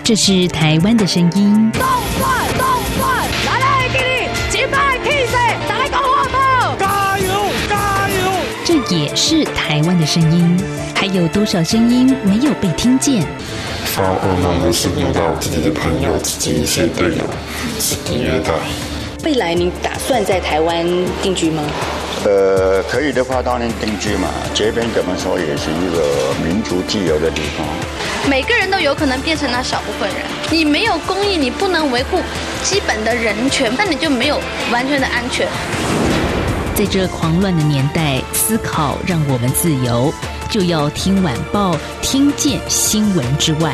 这是台湾的声音。 动转动转，来给你击败 K C， 打来搞活宝， 加油加油！ 这也是台湾的声音。还有多少声音没有被听见？ 发噩梦的是遇到自己的朋友、自己一些队友是虐待。 未来你打算在台湾定居吗？ 可以的话当然定居嘛，这边怎么说也是一个民族自由的地方。 每个人都有可能变成那小部分人，你没有公益，你不能维护基本的人权，那你就没有完全的安全。 在这狂乱的年代，思考让我们自由，就要听晚报，听见新闻之外。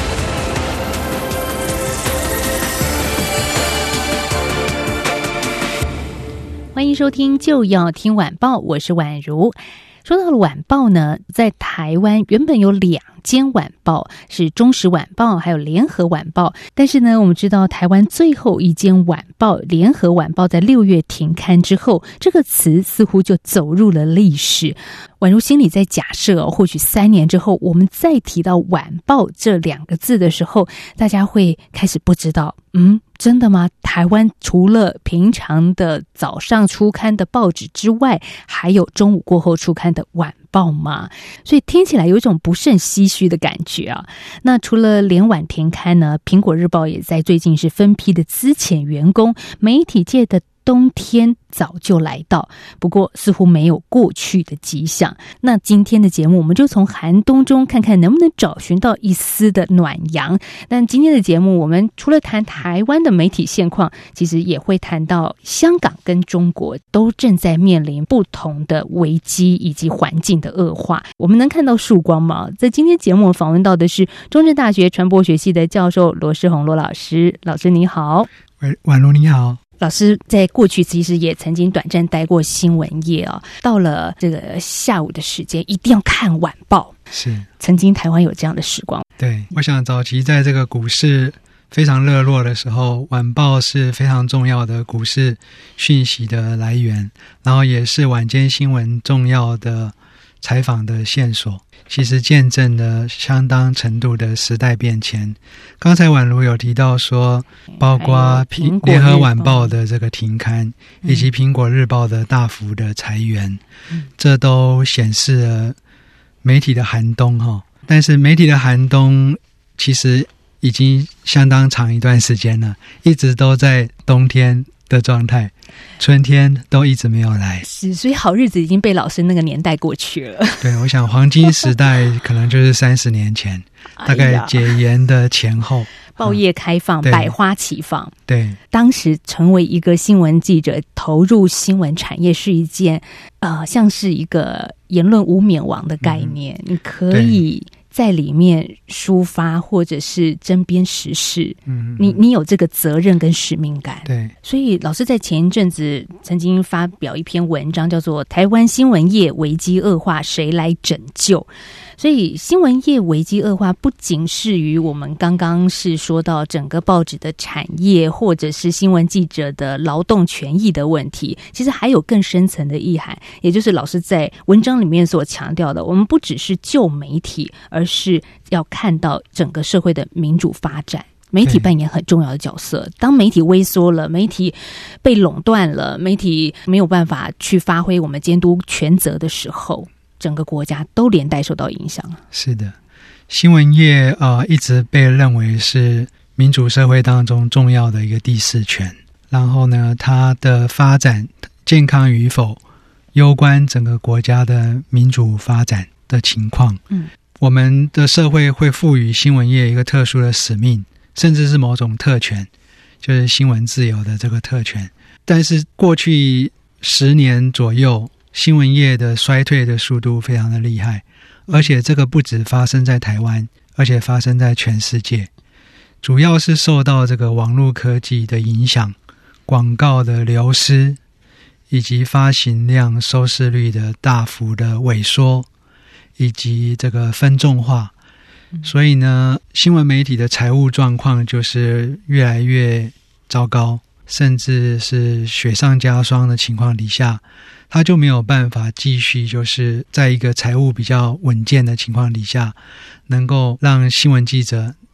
欢迎收听就要听晚报，我是婉如。说到了晚报呢，在台湾原本有2间晚报，是中时晚报还有联合晚报，但是呢，我们知道台湾最后一间晚报联合晚报在6月停刊之后，这个词似乎就走入了历史。宛如心里在假设或许3年之后，我们再提到晚报这2个字的时候，大家会开始不知道，真的吗？台湾除了平常的早上出刊的报纸之外，还有中午过后出刊的晚报吗？所以听起来有一种不甚唏嘘的感觉啊。那除了联晚停刊呢，苹果日报也在最近是分批的资遣员工，媒体界的冬天早就来到，不过似乎没有过去的迹象。那今天的节目，我们就从寒冬中看看能不能找寻到一丝的暖阳。但今天的节目，我们除了谈台湾的媒体现况，其实也会谈到香港跟中国都正在面临不同的危机以及环境的恶化。我们能看到曙光吗？在今天节目访问到的是中正大学传播学系的教授罗世宏罗老师。老师你好。 婉如你好。 老师在过去其实也曾经短暂待过新闻业啊，到了这个下午的时间一定要看晚报， 是曾经台湾有这样的时光。 对，我想早期在这个股市非常热络的时候，晚报是非常重要的股市讯息的来源，然后也是晚间新闻重要的采访的线索，其实见证了相当程度的时代变迁。刚才婉如有提到说，包括联合晚报的这个停刊，以及苹果日报的大幅的裁员，这都显示了媒体的寒冬。但是媒体的寒冬其实已经相当长一段时间了，一直都在冬天的状态，春天都一直没有来， 是，所以好日子已经被老师那个年代过去了。 对，我想黄金时代可能就是30年前，大概解严的前后， 报业开放，百花齐放。 对， 当时成为一个新闻记者，投入新闻产业是一件像是一个言论无冕王的概念，你可以在里面抒发或者是针砭时事，你有这个责任跟使命感。 对， 所以老师在前一阵子曾经发表一篇文章，叫做《台湾新闻业危机恶化，谁来拯救》。所以新闻业危机恶化不仅是于我们刚刚是说到整个报纸的产业，或者是新闻记者的劳动权益的问题，其实还有更深层的意涵，也就是老师在文章里面所强调的，我们不只是救媒体，而是要看到整个社会的民主发展。媒体扮演很重要的角色，当媒体萎缩了，媒体被垄断了，媒体没有办法去发挥我们监督权责的时候，整个国家都连带受到影响。 是的，新闻业一直被认为是民主社会当中重要的一个第4权，然后呢，它的发展健康与否攸关整个国家的民主发展的情况。我们的社会会赋予新闻业一个特殊的使命，甚至是某种特权，就是新闻自由的这个特权。但是过去10年左右，新闻业的衰退的速度非常的厉害，而且这个不只发生在台湾，而且发生在全世界，主要是受到这个网络科技的影响，广告的流失，以及发行量收视率的大幅的萎缩，以及这个分众化。所以呢，新闻媒体的财务状况就是越来越糟糕，甚至是雪上加霜的情况底下，他就没有办法继续在一个财务比较稳健的情况底下，能够让新闻记者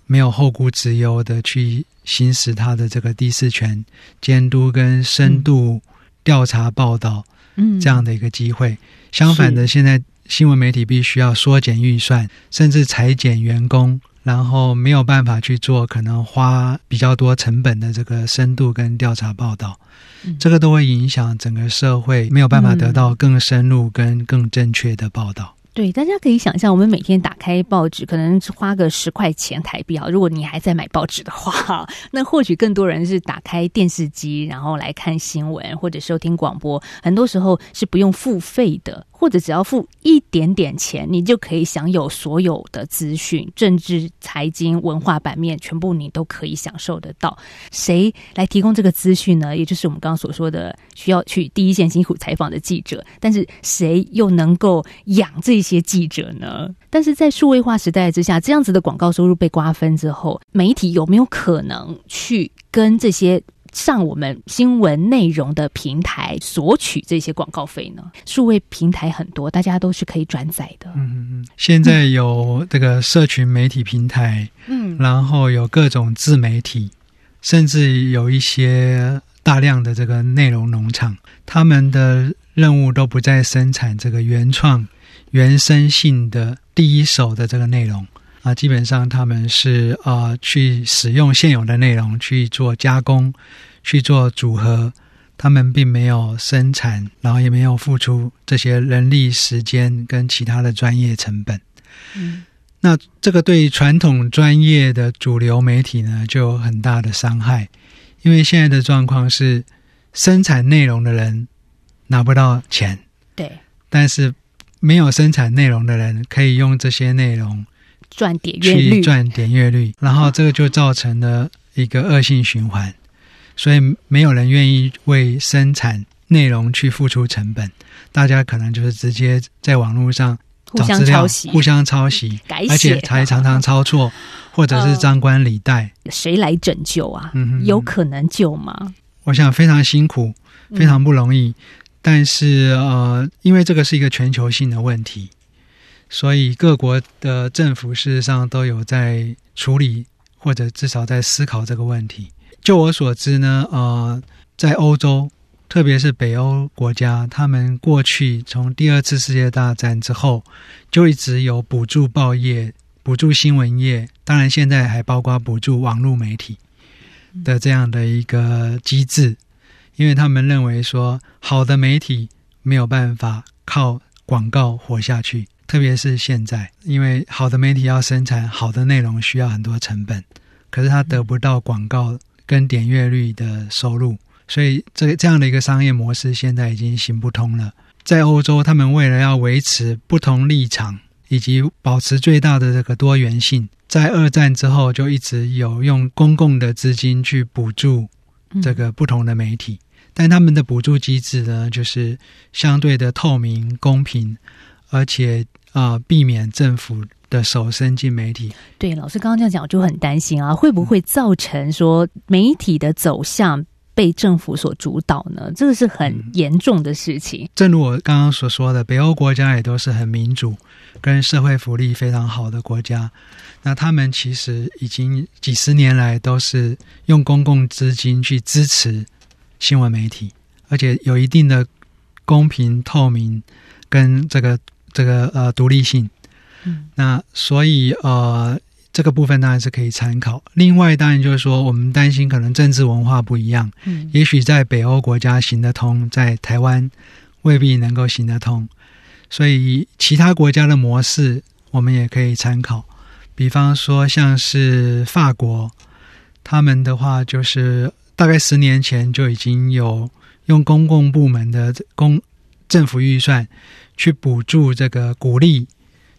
没有后顾之忧的去行使他的这个第四权监督跟深度调查报道这样的一个机会。相反的，现在新闻媒体必须要缩减预算，甚至裁减员工，然后没有办法去做可能花比较多成本的这个深度跟调查报道，这个都会影响整个社会没有办法得到更深入跟更正确的报道。 对，大家可以想象，我们每天打开报纸，可能花个10块钱台币啊。如果你还在买报纸的话，那或许更多人是打开电视机，然后来看新闻或者收听广播。很多时候是不用付费的，或者只要付一点点钱，你就可以享有所有的资讯，政治、财经、文化版面，全部你都可以享受得到。谁来提供这个资讯呢？也就是我们刚刚所说的，需要去第一线辛苦采访的记者。但是谁又能够养这些记者呢？但是在数位化时代之下，这样子的广告收入被瓜分之后，媒体有没有可能去跟这些上我们新闻内容的平台索取这些广告费呢？数位平台很多，大家都是可以转载的。 现在有这个社群媒体平台，然后有各种自媒体，甚至有一些大量的这个内容农场，他们的任务都不再生产这个原创原生性的第一手的这个内容啊，基本上他们是去使用现有的内容去做加工，去做组合，他们并没有生产，然后也没有付出这些人力时间跟其他的专业成本。那这个对传统专业的主流媒体呢就有很大的伤害，因为现在的状况是生产内容的人拿不到钱， 对， 但是没有生产内容的人可以用这些内容赚点阅率， 去赚点阅率，然后这个就造成了一个恶性循环，所以没有人愿意为生产内容去付出成本，大家可能就是直接在网络上找资料，互相抄袭改写， 而且还常常抄错，或者是张冠李戴。 谁来拯救啊？有可能救吗？ 我想非常辛苦，非常不容易。但是因为这个是一个全球性的问题，所以各国的政府事实上都有在处理，或者至少在思考这个问题。就我所知呢，在欧洲，特别是北欧国家，他们过去从第二次世界大战之后，就一直有补助报业、补助新闻业，当然现在还包括补助网络媒体的这样的一个机制。因为他们认为说好的媒体没有办法靠广告活下去，特别是现在，因为好的媒体要生产好的内容需要很多成本，可是他得不到广告跟点阅率的收入，所以这样的一个商业模式现在已经行不通了。在欧洲，他们为了要维持不同立场以及保持最大的这个多元性，在二战之后就一直有用公共的资金去补助这个不同的媒体，但他们的补助机制呢，就是相对的透明、公平，而且避免政府的手伸进媒体。对， 老师刚刚这样讲，我就很担心啊，会不会造成说媒体的走向被政府所主导呢？这个是很严重的事情。 正如我刚刚所说的，北欧国家也都是很民主跟社会福利非常好的国家，那他们其实已经几十年来都是用公共资金去支持新闻媒体，而且有一定的公平透明跟这个独立性。那所以这个部分当然是可以参考。另外当然就是说，我们担心可能政治文化不一样，也许在北欧国家行得通，在台湾未必能够行得通，所以其他国家的模式我们也可以参考。比方说像是法国，他们的话就是大概10年前就已经有用公共部门的政府预算去补助这个鼓励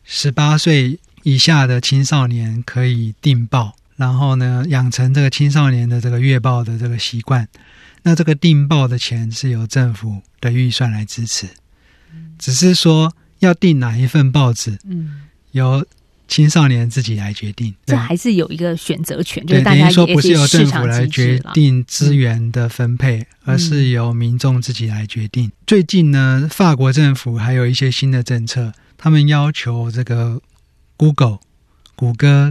18岁以下的青少年可以订报，然后呢养成这个青少年的这个阅报的这个习惯。那这个订报的钱是由政府的预算来支持，只是说要订哪一份报纸，由青少年自己来决定， 这还是有一个选择权，就是大家也是市场机制啦。等于说不是由政府来决定资源的分配，而是由民众自己来决定。最近呢，法国政府还有一些新的政策，他们要求这个谷歌跟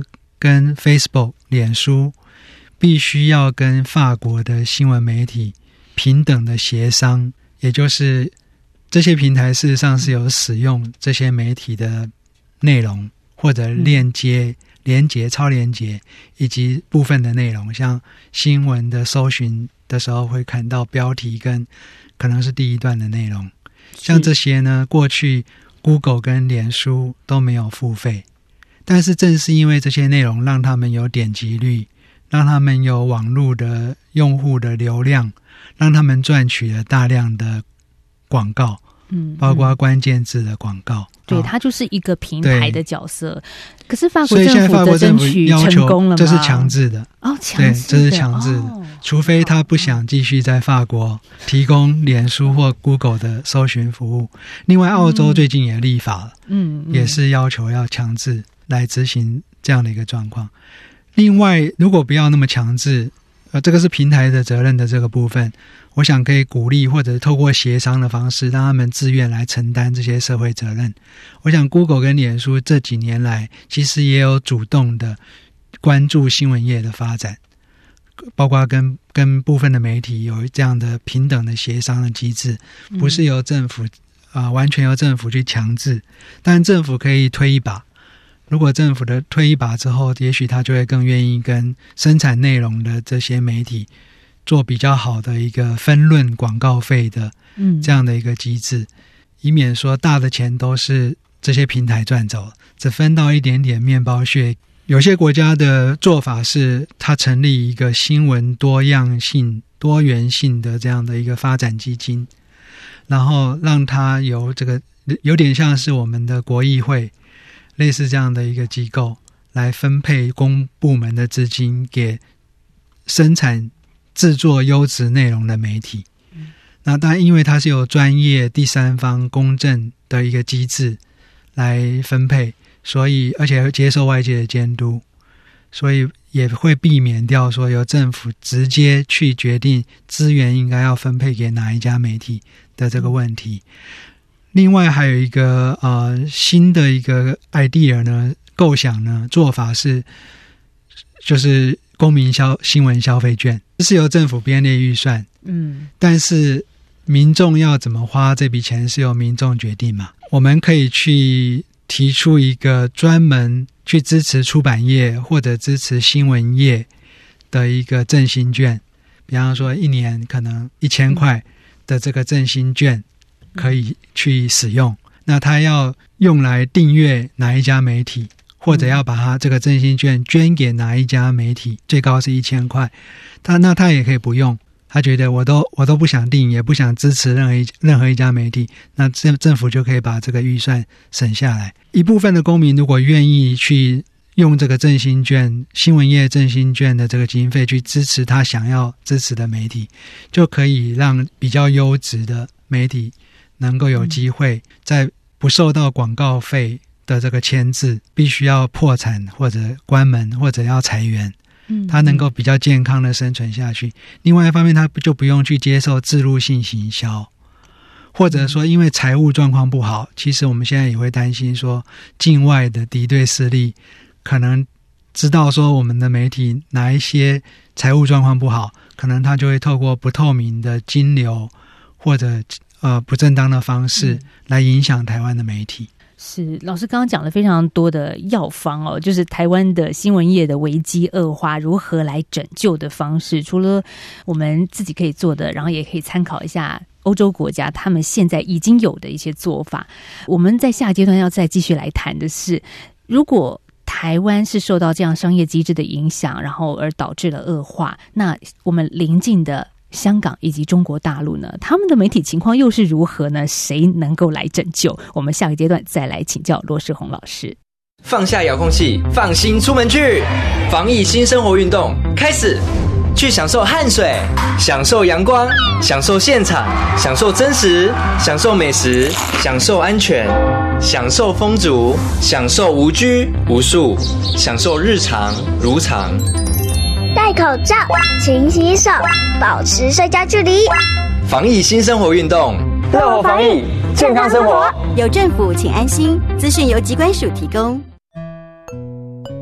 跟 Facebook 脸书必须要跟法国的新闻媒体平等的协商，也就是这些平台事实上是有使用这些媒体的内容或者链接、超连结以及部分的内容，像新闻的搜寻的时候会看到标题跟可能是第一段的内容，像这些呢，过去 Google 跟脸书都没有付费，但是正是因为这些内容让他们有点击率，让他们有网络的用户的流量，让他们赚取了大量的广告，包括关键字的广告。 对，它就是一个平台的角色。可是法国所以现在法国政府要求成功了吗？ 这是强制的。 对， 这是强制的，除非他不想继续在法国提供脸书或 Google 的搜寻服务。另外，澳洲最近也立法了，也是要求要强制来执行这样的一个状况。另外，如果不要那么强制，这个是平台的责任的这个部分，我想可以鼓励或者透过协商的方式让他们自愿来承担这些社会责任。我想 Google 跟脸书这几年来其实也有主动的关注新闻业的发展，包括跟部分的媒体有这样的平等的协商的机制，不是由政府完全由政府去强制，但政府可以推一把。如果政府的推一把之后，也许他就会更愿意跟生产内容的这些媒体做比较好的一个分润广告费的这样的一个机制，以免说大的钱都是这些平台赚走，只分到一点点面包屑。有些国家的做法是他成立一个新闻多样性、多元性的这样的一个发展基金，然后让它由这个有点像是我们的国议会类似这样的一个机构来分配公部门的资金给生产制作优质内容的媒体。那当然因为它是有专业第三方公正的一个机制来分配，所以而且接受外界的监督，所以也会避免掉说由政府直接去决定资源应该要分配给哪一家媒体的这个问题。另外还有一个新的一个 idea 呢，构想呢，做法是就是公民新闻消费券，这是由政府编列预算，但是民众要怎么花这笔钱是由民众决定嘛。我们可以去提出一个专门去支持出版业或者支持新闻业的一个振兴券，比方说一年可能1000块的这个振兴券可以去使用，那他要用来订阅哪一家媒体，或者要把他这个振兴券捐给哪一家媒体，最高是1000块，那他也可以不用，他觉得我都不想订，也不想支持任何一家媒体，那政府就可以把这个预算省下来。一部分的公民如果愿意去用这个振兴券，新闻业振兴券的这个经费去支持他想要支持的媒体，就可以让比较优质的媒体能够有机会在不受到广告费的这个牵制，必须要破产或者关门或者要裁员，他能够比较健康的生存下去。另外一方面，他就不用去接受置入性行销，或者说因为财务状况不好，其实我们现在也会担心说境外的敌对势力可能知道说我们的媒体哪一些财务状况不好，可能他就会透过不透明的金流或者不正当的方式来影响台湾的媒体。 是，老师刚刚讲了非常多的药方就是台湾的新闻业的危机恶化如何来拯救的方式，除了我们自己可以做的，然后也可以参考一下欧洲国家他们现在已经有的一些做法。我们在下阶段要再继续来谈的是，如果台湾是受到这样商业机制的影响，然后而导致了恶化，那我们邻近的香港以及中国大陆呢，他们的媒体情况又是如何呢？谁能够来拯救？我们下个阶段再来请教罗世宏老师。 放下遥控器，放心出门去，防疫新生活运动开始，去享受汗水，享受阳光，享受现场，享受真实，享受美食，享受安全，享受风足，享受无拘无束，享受日常如常。 戴口罩，勤洗手，保持社交距离。 防疫新生活运动，乐活防疫，健康生活。 有政府请安心，资讯由疾管署提供。 台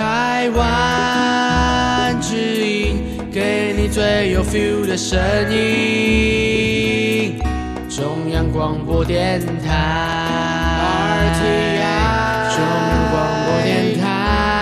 台湾之音，给你最有 feel 的声音，中央广播电台 RTI， 中央广播电台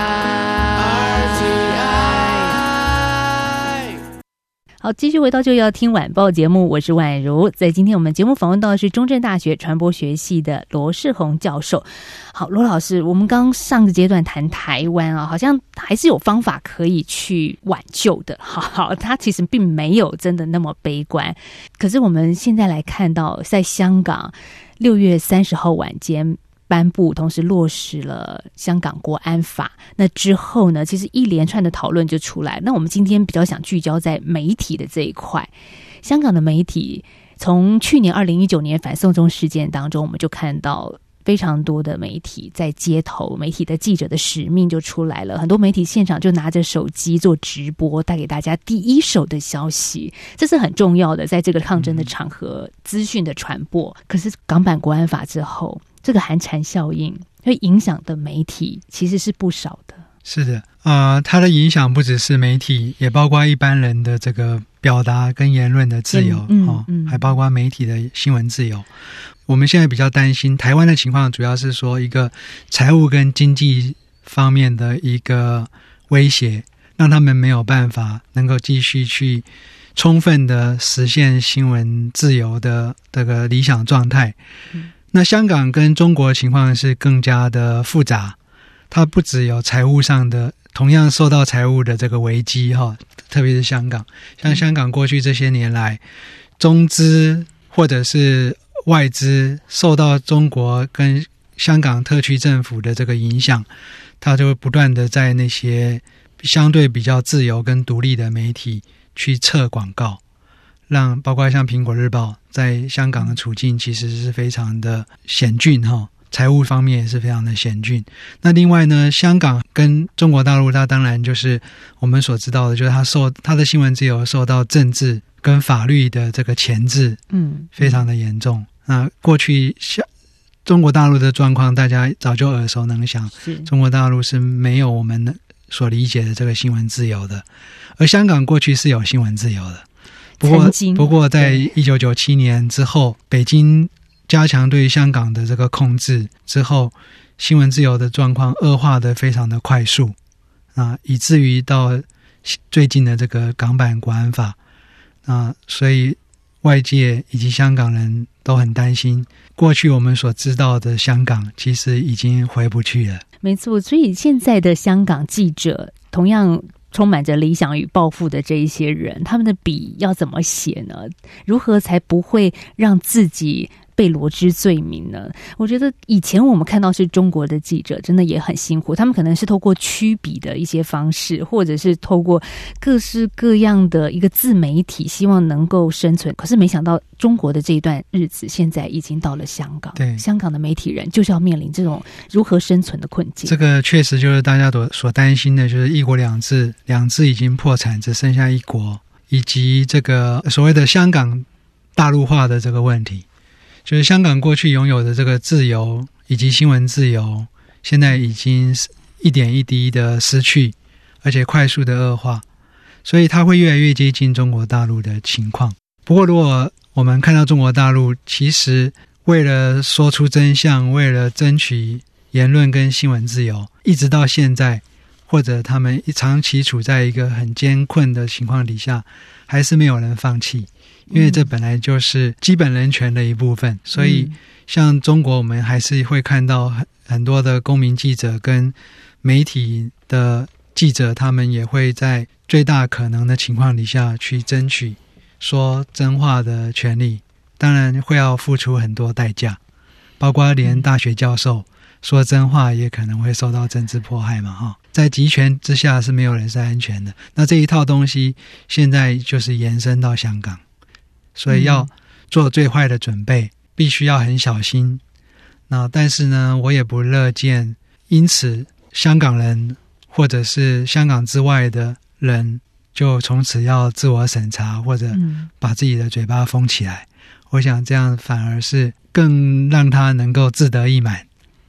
RTI。 好，继续回到就要听晚报节目，我是婉如。在今天我们节目访问到的是中正大学传播学系的罗世宏教授。好，罗老师，我们刚上个阶段谈台湾啊，好像还是有方法可以去挽救的。好，它其实并没有真的那么悲观。可是我们现在来看到，在香港6月30号晚间颁布，同时落实了香港国安法。那之后呢，其实一连串的讨论就出来。那我们今天比较想聚焦在媒体的这一块。香港的媒体从去年2019年反送中事件当中，我们就看到非常多的媒体在街头，媒体的记者的使命就出来了。很多媒体现场就拿着手机做直播，带给大家第一手的消息，这是很重要的，在这个抗争的场合，资讯的传播。可是港版国安法之后，这个寒蝉效应会影响的媒体其实是不少的。 是的，它的影响不只是媒体，也包括一般人的这个表达跟言论的自由，还包括媒体的新闻自由。我们现在比较担心台湾的情况，主要是说一个财务跟经济方面的一个威胁，让他们没有办法能够继续去充分的实现新闻自由的这个理想状态。那香港跟中国的情况是更加的复杂，它不只有财务上的同样受到财务的这个危机，特别是香港。像香港过去这些年来，中资或者是外资受到中国跟香港特区政府的这个影响，它就会不断的在那些相对比较自由跟独立的媒体去撤广告，让包括像苹果日报在香港的处境其实是非常的险峻，财务方面也是非常的险峻。那另外呢，香港跟中国大陆，它当然就是我们所知道的，就是它的新闻自由受到政治跟法律的这个钳制，非常的严重。那过去中国大陆的状况大家早就耳熟能详，中国大陆是没有我们所理解的这个新闻自由的，而香港过去是有新闻自由的。不过在1997年之后，北京加强对香港的这个控制之后，新闻自由的状况恶化的非常的快速，以至于到最近的这个港版国安法，所以外界以及香港人都很担心，过去我们所知道的香港其实已经回不去了。 没错，所以现在的香港记者同样充满着理想与抱负的这一些人，他们的笔要怎么写呢？如何才不会让自己被罗织罪名呢？我觉得以前我们看到是中国的记者真的也很辛苦，他们可能是透过曲笔的一些方式，或者是透过各式各样的一个自媒体，希望能够生存。可是没想到中国的这一段日子现在已经到了香港，对，香港的媒体人就是要面临这种如何生存的困境。 这个确实就是大家所担心的，就是一国两制，两制已经破产，只剩下一国，以及这个所谓的香港大陆化的这个问题。就是香港过去拥有的这个自由以及新闻自由，现在已经一点一滴的失去，而且快速的恶化，所以它会越来越接近中国大陆的情况。不过如果我们看到中国大陆其实为了说出真相，为了争取言论跟新闻自由，一直到现在，或者他们长期处在一个很艰困的情况底下，还是没有人放弃，因为这本来就是基本人权的一部分。所以像中国，我们还是会看到很多的公民记者跟媒体的记者，他们也会在最大可能的情况底下去争取说真话的权利，当然会要付出很多代价，包括连大学教授说真话也可能会受到政治迫害嘛，在集权之下是没有人是安全的。那这一套东西现在就是延伸到香港，所以要做最坏的准备，必须要很小心。那但是呢，我也不乐见因此香港人或者是香港之外的人就从此要自我审查，或者把自己的嘴巴封起来。我想这样反而是更让他能够自得意满，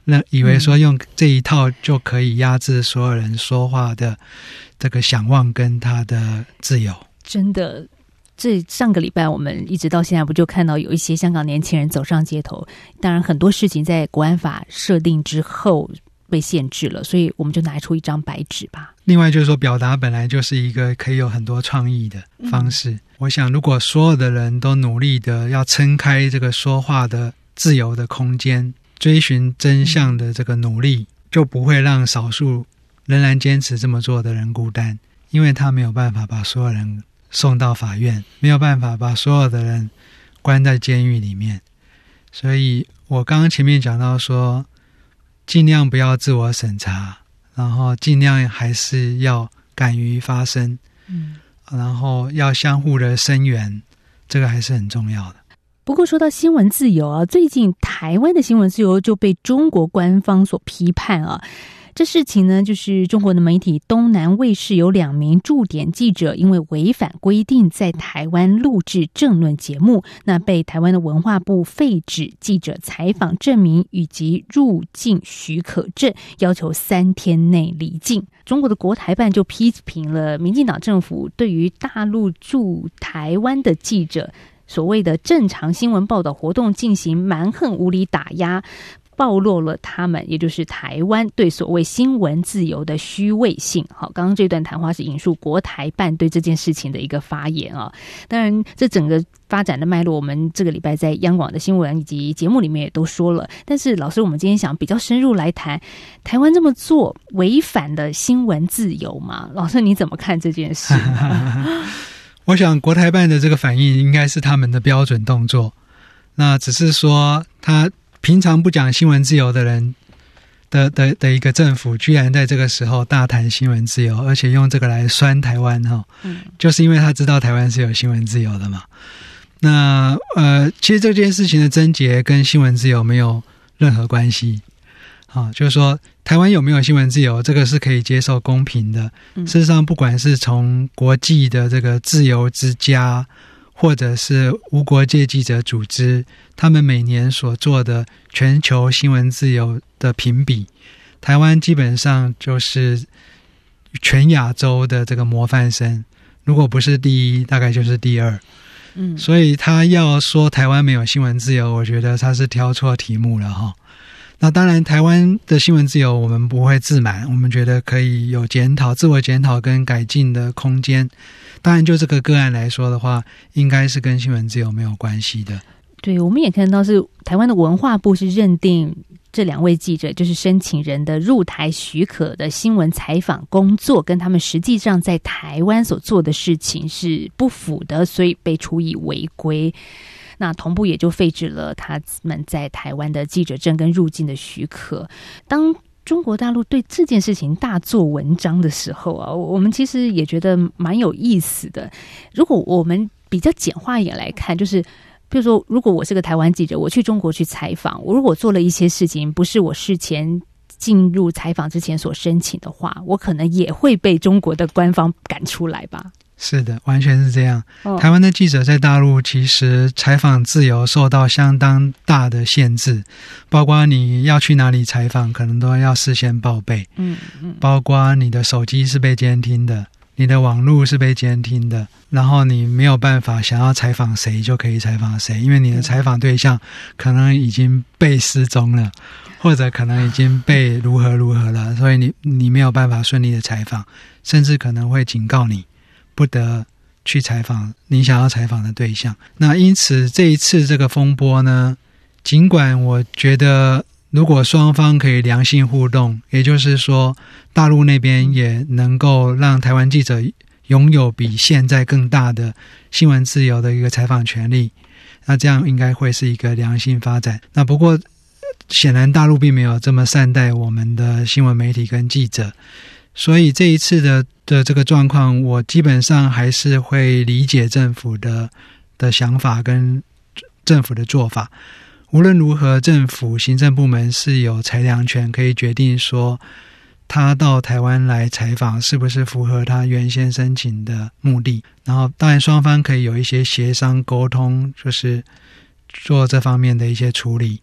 以为说用这一套就可以压制所有人说话的这个想望跟他的自由。 真的，这上个礼拜我们一直到现在不就看到有一些香港年轻人走上街头，当然很多事情在国安法设定之后被限制了，所以我们就拿出一张白纸吧。 另外就是说，表达本来就是一个可以有很多创意的方式，我想如果所有的人都努力的要撑开这个说话的自由的空间，追寻真相的这个努力，就不会让少数仍然坚持这么做的人孤单，因为他没有办法把所有人送到法院，没有办法把所有的人关在监狱里面。所以我刚刚前面讲到说，尽量不要自我审查，然后尽量还是要敢于发声，然后要相互的声援，这个还是很重要的。 不过说到新闻自由啊，最近台湾的新闻自由就被中国官方所批判啊。这事情呢，就是中国的媒体东南卫视有2名驻点记者因为违反规定在台湾录制政论节目，那被台湾的文化部废止记者采访证明以及入境许可证，要求3天内离境。中国的国台办就批评了民进党政府对于大陆驻台湾的记者所谓的正常新闻报道活动进行蛮横无理打压，暴露了他们，也就是台湾对所谓新闻自由的虚伪性。好，刚刚这段谈话是引述国台办对这件事情的一个发言啊。当然，这整个发展的脉络，我们这个礼拜在央广的新闻以及节目里面也都说了。但是，老师，我们今天想比较深入来谈，台湾这么做违反了新闻自由吗？老师，你怎么看这件事？ 我想国台办的这个反应应该是他们的标准动作，那只是说他平常不讲新闻自由的人的一个政府，居然在这个时候大谈新闻自由，而且用这个来酸台湾就是因为他知道台湾是有新闻自由的嘛。那其实这件事情的症结跟新闻自由没有任何关系。就是说台湾有没有新闻自由，这个是可以接受公平的。事实上，不管是从国际的这个自由之家，或者是无国界记者组织，他们每年所做的全球新闻自由的评比，台湾基本上就是全亚洲的这个模范生，如果不是第一，大概就是第2。所以他要说台湾没有新闻自由，我觉得他是挑错题目了哈。那当然台湾的新闻自由我们不会自满，我们觉得可以有自我检讨跟改进的空间。当然就这个个案来说的话，应该是跟新闻自由没有关系的。 对，我们也看到是台湾的文化部是认定这2位记者就是申请人的入台许可的新闻采访工作跟他们实际上在台湾所做的事情是不符的，所以被处以违规。那同步也就废止了他们在台湾的记者证跟入境的许可。当中国大陆对这件事情大做文章的时候啊，我们其实也觉得蛮有意思的。如果我们比较简化一点来看，就是比如说如果我是个台湾记者，我去中国去采访，我如果做了一些事情不是我事前进入采访之前所申请的话，我可能也会被中国的官方赶出来吧。 是的，完全是这样。台湾的记者在大陆其实采访自由受到相当大的限制，包括你要去哪里采访可能都要事先报备，包括你的手机是被监听的，你的网络是被监听的，然后你没有办法想要采访谁就可以采访谁，因为你的采访对象可能已经被失踪了，或者可能已经被如何了，所以你没有办法顺利的采访，甚至可能会警告你不得去采访你想要采访的对象。那因此这一次这个风波呢，尽管我觉得如果双方可以良性互动，也就是说大陆那边也能够让台湾记者拥有比现在更大的新闻自由的一个采访权利，那这样应该会是一个良性发展。那不过显然大陆并没有这么善待我们的新闻媒体跟记者，所以这一次的这个状况，我基本上还是会理解政府的想法跟政府的做法。无论如何，政府行政部门是有裁量权，可以决定说他到台湾来采访是不是符合他原先申请的目的，然后当然双方可以有一些协商沟通，就是做这方面的一些处理。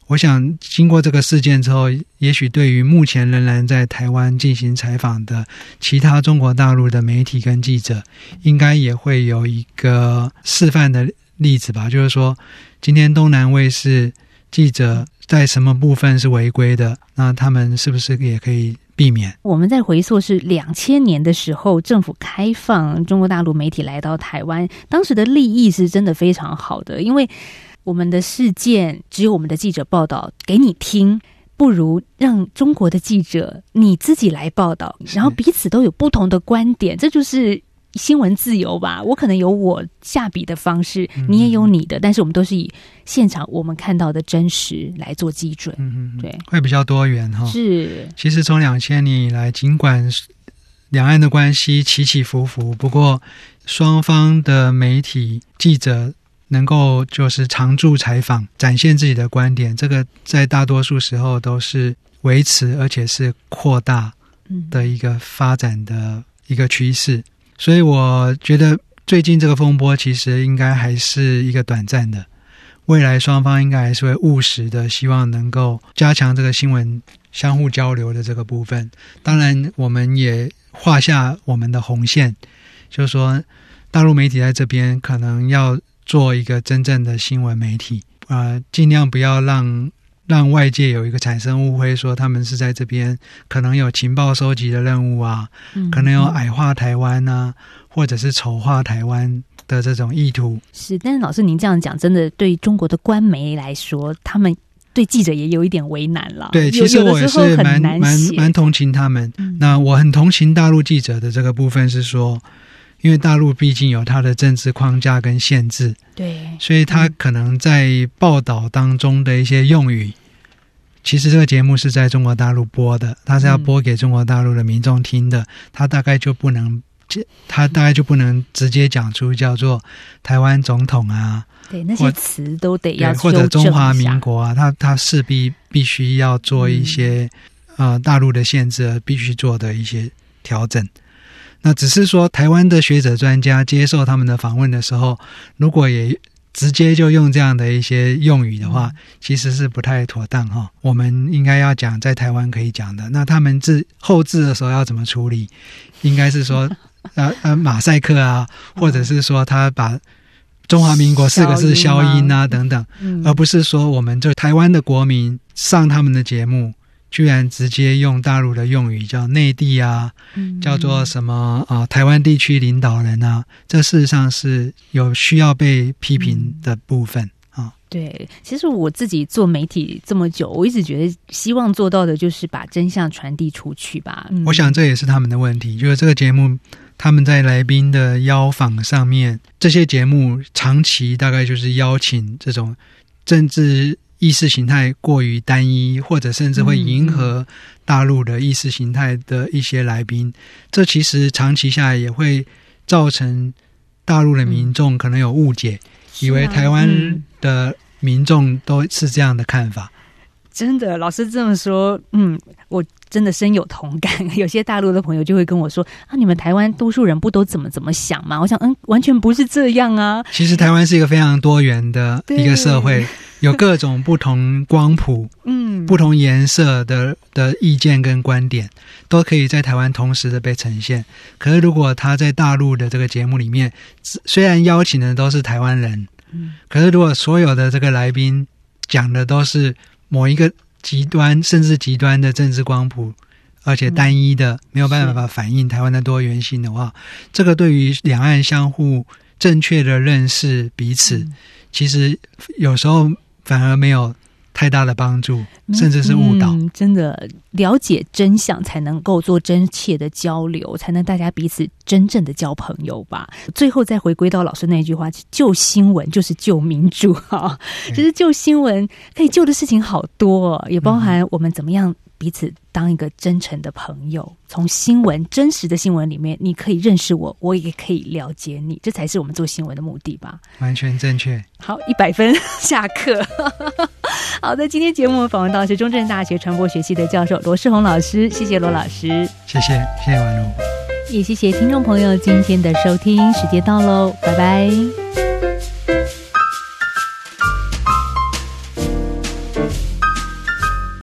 我想经过这个事件之后，也许对于目前仍然在台湾进行采访的其他中国大陆的媒体跟记者，应该也会有一个示范的例子吧，就是说今天东南卫视记者在什么部分是违规的，那他们是不是也可以避免？ 我们在回溯是2000年的时候，政府开放中国大陆媒体来到台湾，当时的立意是真的非常好的，因为我们的事件只有我们的记者报道给你听，不如让中国的记者你自己来报道，然后彼此都有不同的观点，这就是新闻自由吧。我可能有我下笔的方式，你也有你的，但是我们都是以现场我们看到的真实来做基准。对， 会比较多元哈。 是， 其实从2000年以来，尽管两岸的关系起起伏伏，不过双方的媒体记者能够就是常驻采访，展现自己的观点，这个在大多数时候都是维持而且是扩大的一个发展的一个趋势。所以我觉得最近这个风波其实应该还是一个短暂的，未来双方应该还是会务实的，希望能够加强这个新闻相互交流的这个部分。当然我们也画下我们的红线，就是说大陆媒体在这边可能要做一个真正的新闻媒体，尽量不要让外界有一个产生误会，说他们是在这边可能有情报收集的任务啊，可能有矮化台湾啊，或者是丑化台湾的这种意图。 是，但是老师您这样讲，真的对中国的官媒来说，他们对记者也有一点为难了。 对，其实我也是蛮同情他们。那我很同情大陆记者的这个部分是说，因为大陆毕竟有它的政治框架跟限制， 对， 所以他可能在报道当中的一些用语，其实这个节目是在中国大陆播的，他是要播给中国大陆的民众听的，他大概就不能直接讲出叫做台湾总统啊， 对，那些词都得要或者中华民国啊，他势必须要做一些大陆的限制而必须做的一些调整。那只是说台湾的学者专家接受他们的访问的时候，如果也直接就用这样的一些用语的话，其实是不太妥当哈。我们应该要讲在台湾可以讲的，那他们后制的时候要怎么处理？应该是说马赛克啊，或者是说他把中华民国4个字消音啊等等，而不是说我们就台湾的国民上他们的节目居然直接用大陆的用语叫内地啊，叫做什么台湾地区领导人啊，这事实上是有需要被批评的部分啊。 对，其实我自己做媒体这么久，我一直觉得希望做到的就是把真相传递出去吧。 我想这也是他们的问题，就是这个节目他们在来宾的邀访上面，这些节目长期大概就是邀请这种政治意识形态过于单一，或者甚至会迎合大陆的意识形态的一些来宾，这其实长期下来也会造成大陆的民众可能有误解，以为台湾的民众都是这样的看法。 真的，老师这么说，我真的深有同感。有些大陆的朋友就会跟我说你们台湾多数人不都怎么想吗？我想完全不是这样啊。 其实台湾是一个非常多元的一个社会，有各种不同光谱不同颜色的意见跟观点都可以在台湾同时的被呈现。可是如果他在大陆的这个节目里面，虽然邀请的都是台湾人，可是如果所有的这个来宾讲的都是某一个极端甚至极端的政治光谱，而且单一的没有办法反映台湾的多元性的话，这个对于两岸相互正确的认识彼此，其实有时候反而没有太大的帮助，甚至是误导。 真的了解真相才能够做真切的交流，才能大家彼此真正的交朋友吧。最后再回归到老师那句话，救新闻就是救民主哈。其实救新闻可以救的事情好多也包含我们怎么样彼此当一个真诚的朋友，从真实的新闻里面，你可以认识我，我也可以了解你，这才是我们做新闻的目的吧。 完全正确。 好，100分下课。好的，今天节目访问到是中正大学传播学系的教授罗世宏老师，谢谢罗老师。 谢谢婉如， 也谢谢听众朋友今天的收听，时间到喽，拜拜。